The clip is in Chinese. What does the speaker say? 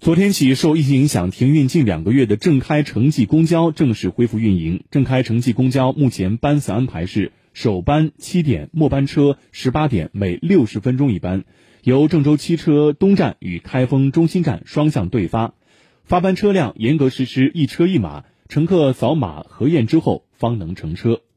昨天起，受疫情影响停运近2个月的郑开城际公交正式恢复运营。郑开城际公交目前班次安排是首班7点，末班车18点，每60分钟一班，由郑州汽车东站与开封中心站双向对发。发班车辆严格实施一车一码，乘客扫码核验之后方能乘车。